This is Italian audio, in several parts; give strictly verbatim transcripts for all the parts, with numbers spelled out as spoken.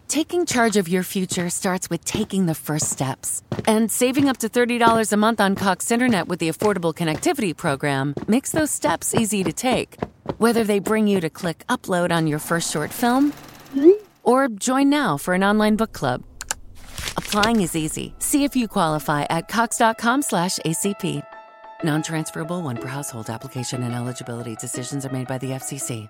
Taking charge of your future starts with taking the first steps. And saving up to thirty dollars a month on Cox Internet with the Affordable Connectivity Program makes those steps easy to take. Whether they bring you to click upload on your first short film or join now for an online book club. Applying is easy. See if you qualify at cox.com slash ACP. Non-transferable one per household. Application and eligibility decisions are made by the F C C.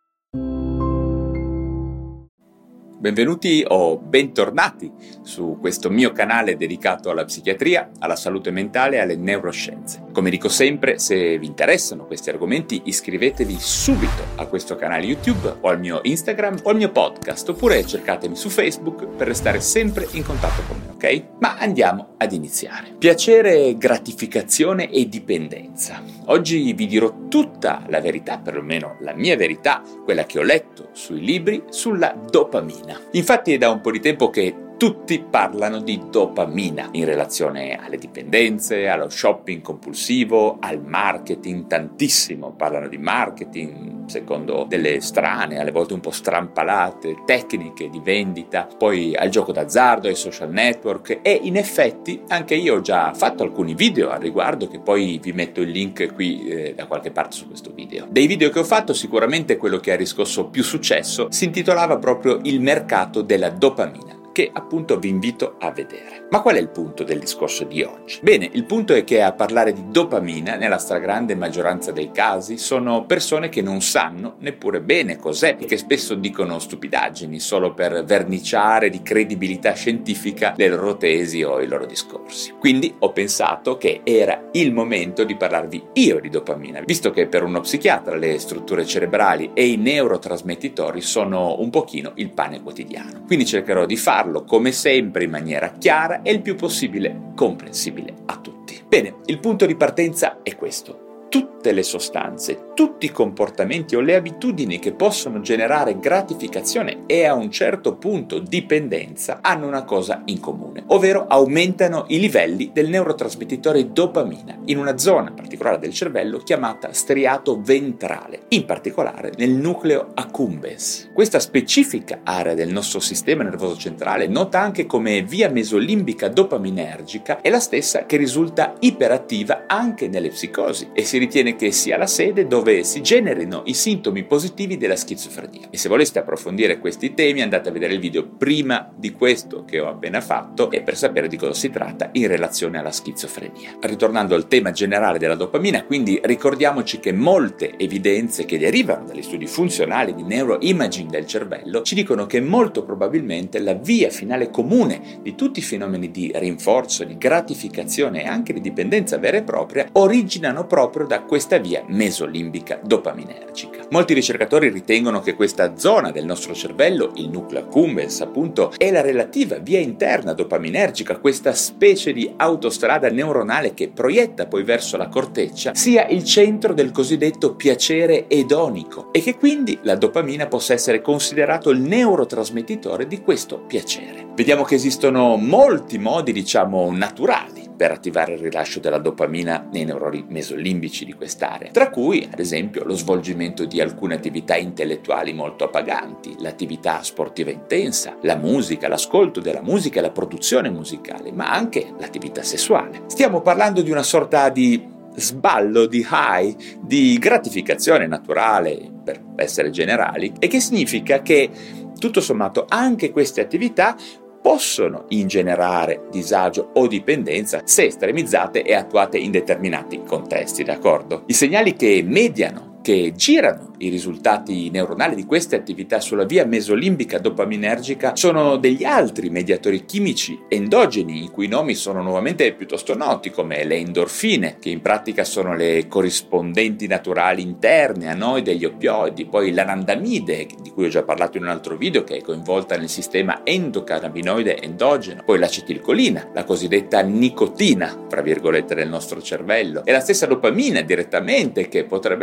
Benvenuti o bentornati su questo mio canale dedicato alla psichiatria, alla salute mentale e alle neuroscienze. Come dico sempre, se vi interessano questi argomenti iscrivetevi subito a questo canale YouTube o al mio Instagram o al mio podcast, oppure cercatemi su Facebook per restare sempre in contatto con me, ok? Ma andiamo ad iniziare. Piacere, gratificazione e dipendenza. Oggi vi dirò tutta la verità, perlomeno la mia verità, quella che ho letto sui libri sulla dopamina. Infatti è da un po' di tempo che tutti parlano di dopamina in relazione alle dipendenze, allo shopping compulsivo, al marketing. Tantissimo parlano di marketing secondo delle strane, alle volte un po' strampalate tecniche di vendita, poi al gioco d'azzardo, ai social network, e in effetti anche io ho già fatto alcuni video al riguardo che poi vi metto il link qui eh, da qualche parte su questo video. Dei video che ho fatto, sicuramente quello che ha riscosso più successo si intitolava proprio Il mercato della dopamina, che appunto vi invito a vedere. Ma qual è il punto del discorso di oggi? Bene, il punto è che a parlare di dopamina, nella stragrande maggioranza dei casi, sono persone che non sanno neppure bene cos'è e che spesso dicono stupidaggini solo per verniciare di credibilità scientifica le loro tesi o i loro discorsi. Quindi ho pensato che era il momento di parlarvi io di dopamina, visto che per uno psichiatra le strutture cerebrali e i neurotrasmettitori sono un pochino il pane quotidiano. Quindi cercherò di farlo come sempre in maniera chiara e il più possibile comprensibile a tutti. Bene, il punto di partenza è questo. Tutte le sostanze, tutti i comportamenti o le abitudini che possono generare gratificazione e a un certo punto dipendenza hanno una cosa in comune, ovvero aumentano i livelli del neurotrasmettitore dopamina in una zona particolare del cervello chiamata striato ventrale, in particolare nel nucleo accumbens. Questa specifica area del nostro sistema nervoso centrale, nota anche come via mesolimbica dopaminergica, è la stessa che risulta iperattiva anche nelle psicosi e si ritiene che sia la sede dove si generino i sintomi positivi della schizofrenia. E se voleste approfondire questi temi andate a vedere il video prima di questo che ho appena fatto e per sapere di cosa si tratta in relazione alla schizofrenia. Ritornando al tema generale della dopamina, quindi ricordiamoci che molte evidenze che derivano dagli studi funzionali di neuroimaging del cervello ci dicono che molto probabilmente la via finale comune di tutti i fenomeni di rinforzo, di gratificazione e anche di dipendenza vera e propria originano proprio da questa via mesolimbica dopaminergica. Molti ricercatori ritengono che questa zona del nostro cervello, il nucleo accumbens appunto, è la relativa via interna dopaminergica, questa specie di autostrada neuronale che proietta poi verso la corteccia, sia il centro del cosiddetto piacere edonico e che quindi la dopamina possa essere considerato il neurotrasmettitore di questo piacere. Vediamo che esistono molti modi, diciamo, naturali per attivare il rilascio della dopamina nei neuroni mesolimbici di quest'area, tra cui ad esempio lo svolgimento di alcune attività intellettuali molto appaganti, l'attività sportiva intensa, la musica, l'ascolto della musica e la produzione musicale, ma anche l'attività sessuale. Stiamo parlando di una sorta di sballo, di high, di gratificazione naturale, per essere generali, e che significa che tutto sommato anche queste attività possono ingenerare disagio o dipendenza se estremizzate e attuate in determinati contesti, d'accordo? I segnali che mediano, che girano i risultati neuronali di queste attività sulla via mesolimbica dopaminergica sono degli altri mediatori chimici endogeni, i cui nomi sono nuovamente piuttosto noti, come le endorfine, che in pratica sono le corrispondenti naturali interne a noi degli oppioidi, poi l'anandamide, di cui ho già parlato in un altro video, che è coinvolta nel sistema endocannabinoide endogeno, poi l'acetilcolina, la cosiddetta nicotina, tra virgolette, del nostro cervello, e la stessa dopamina direttamente, che potrebbe essere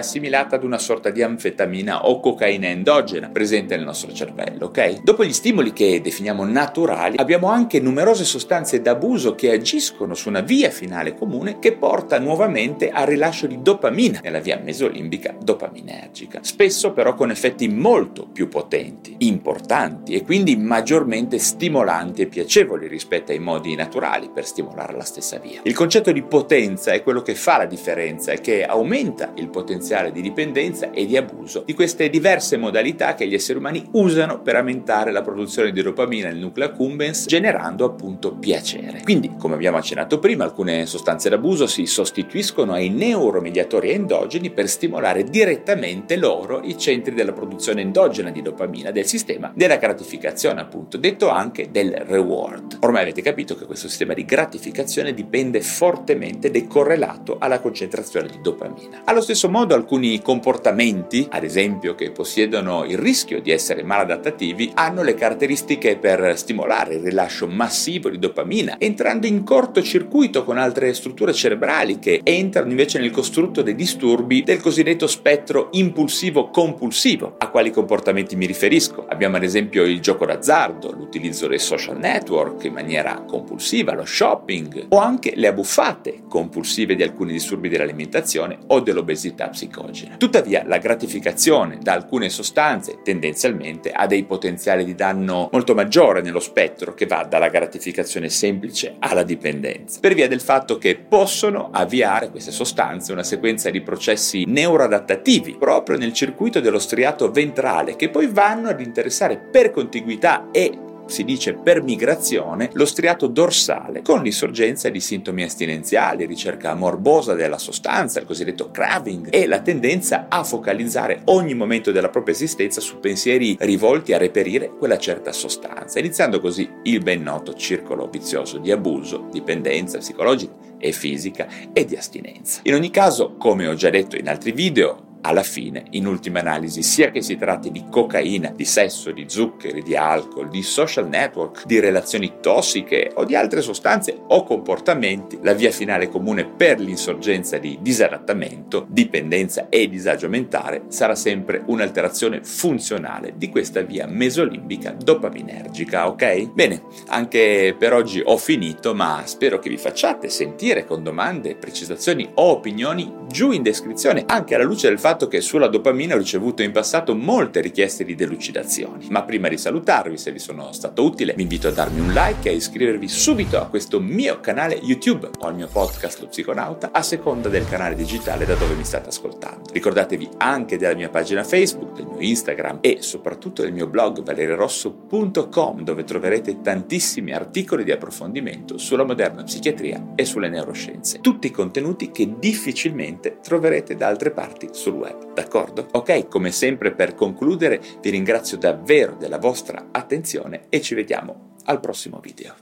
assimilata ad una sorta di anfetamina o cocaina endogena presente nel nostro cervello, ok? Dopo gli stimoli che definiamo naturali, abbiamo anche numerose sostanze d'abuso che agiscono su una via finale comune che porta nuovamente al rilascio di dopamina nella via mesolimbica dopaminergica, spesso però con effetti molto più potenti, importanti e quindi maggiormente stimolanti e piacevoli rispetto ai modi naturali per stimolare la stessa via. Il concetto di potenza è quello che fa la differenza e che aumenta il potenziale di dipendenza e di abuso di queste diverse modalità che gli esseri umani usano per aumentare la produzione di dopamina nel nucleo accumbens, generando appunto piacere. Quindi, come abbiamo accennato prima, alcune sostanze d'abuso si sostituiscono ai neuromediatori endogeni per stimolare direttamente loro i centri della produzione endogena di dopamina del sistema della gratificazione, appunto, detto anche del reward. Ormai avete capito che questo sistema di gratificazione dipende fortemente ed è correlato alla concentrazione di dopamina. Allo stesso modo, alcuni comportamenti, ad esempio che possiedono il rischio di essere maladattativi, hanno le caratteristiche per stimolare il rilascio massivo di dopamina, entrando in cortocircuito con altre strutture cerebrali che entrano invece nel costrutto dei disturbi del cosiddetto spettro impulsivo-compulsivo. A quali comportamenti mi riferisco? Abbiamo ad esempio il gioco d'azzardo, l'utilizzo dei social network in maniera compulsiva, lo shopping o anche le abbuffate compulsive di alcuni disturbi dell'alimentazione o dell'obesità psicogena. Tuttavia, la gratificazione da alcune sostanze tendenzialmente ha dei potenziali di danno molto maggiore nello spettro che va dalla gratificazione semplice alla dipendenza, per via del fatto che possono avviare queste sostanze una sequenza di processi neuroadattativi proprio nel circuito dello striato ventrale che poi vanno ad interessare per contiguità e si dice per migrazione lo striato dorsale, con l'insorgenza di sintomi astinenziali, ricerca morbosa della sostanza, il cosiddetto craving, e la tendenza a focalizzare ogni momento della propria esistenza su pensieri rivolti a reperire quella certa sostanza, iniziando così il ben noto circolo vizioso di abuso, dipendenza psicologica e fisica e di astinenza. In ogni caso, come ho già detto in altri video, alla fine, in ultima analisi, sia che si tratti di cocaina, di sesso, di zuccheri, di alcol, di social network, di relazioni tossiche o di altre sostanze o comportamenti, la via finale comune per l'insorgenza di disadattamento, dipendenza e disagio mentale sarà sempre un'alterazione funzionale di questa via mesolimbica dopaminergica, ok? Bene, anche per oggi ho finito, ma spero che vi facciate sentire con domande, precisazioni o opinioni giù in descrizione, anche alla luce del fatto che sulla dopamina ho ricevuto in passato molte richieste di delucidazioni. Ma prima di salutarvi, se vi sono stato utile, vi invito a darmi un like e a iscrivervi subito a questo mio canale YouTube o al mio podcast Lo Psiconauta, a seconda del canale digitale da dove mi state ascoltando. Ricordatevi anche della mia pagina Facebook, del mio Instagram e soprattutto del mio blog valerirosso punto com, dove troverete tantissimi articoli di approfondimento sulla moderna psichiatria e sulle neuroscienze. Tutti contenuti che difficilmente troverete da altre parti sul web. D'accordo? Ok, come sempre, per concludere vi ringrazio davvero della vostra attenzione e ci vediamo al prossimo video.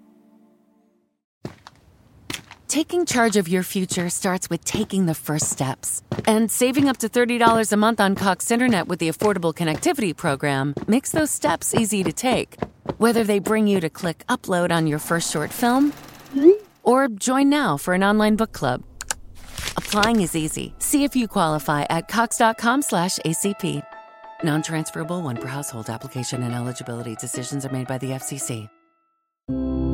Taking charge of your future starts with taking the first steps. And saving up to thirty dollars a month on Cox Internet with the Affordable Connectivity Program makes those steps easy to take. Whether they bring you to click upload on your first short film or join now for an online book club. Applying is easy. See if you qualify at cox.com slash ACP. Non-transferable one per household application and eligibility decisions are made by the F C C.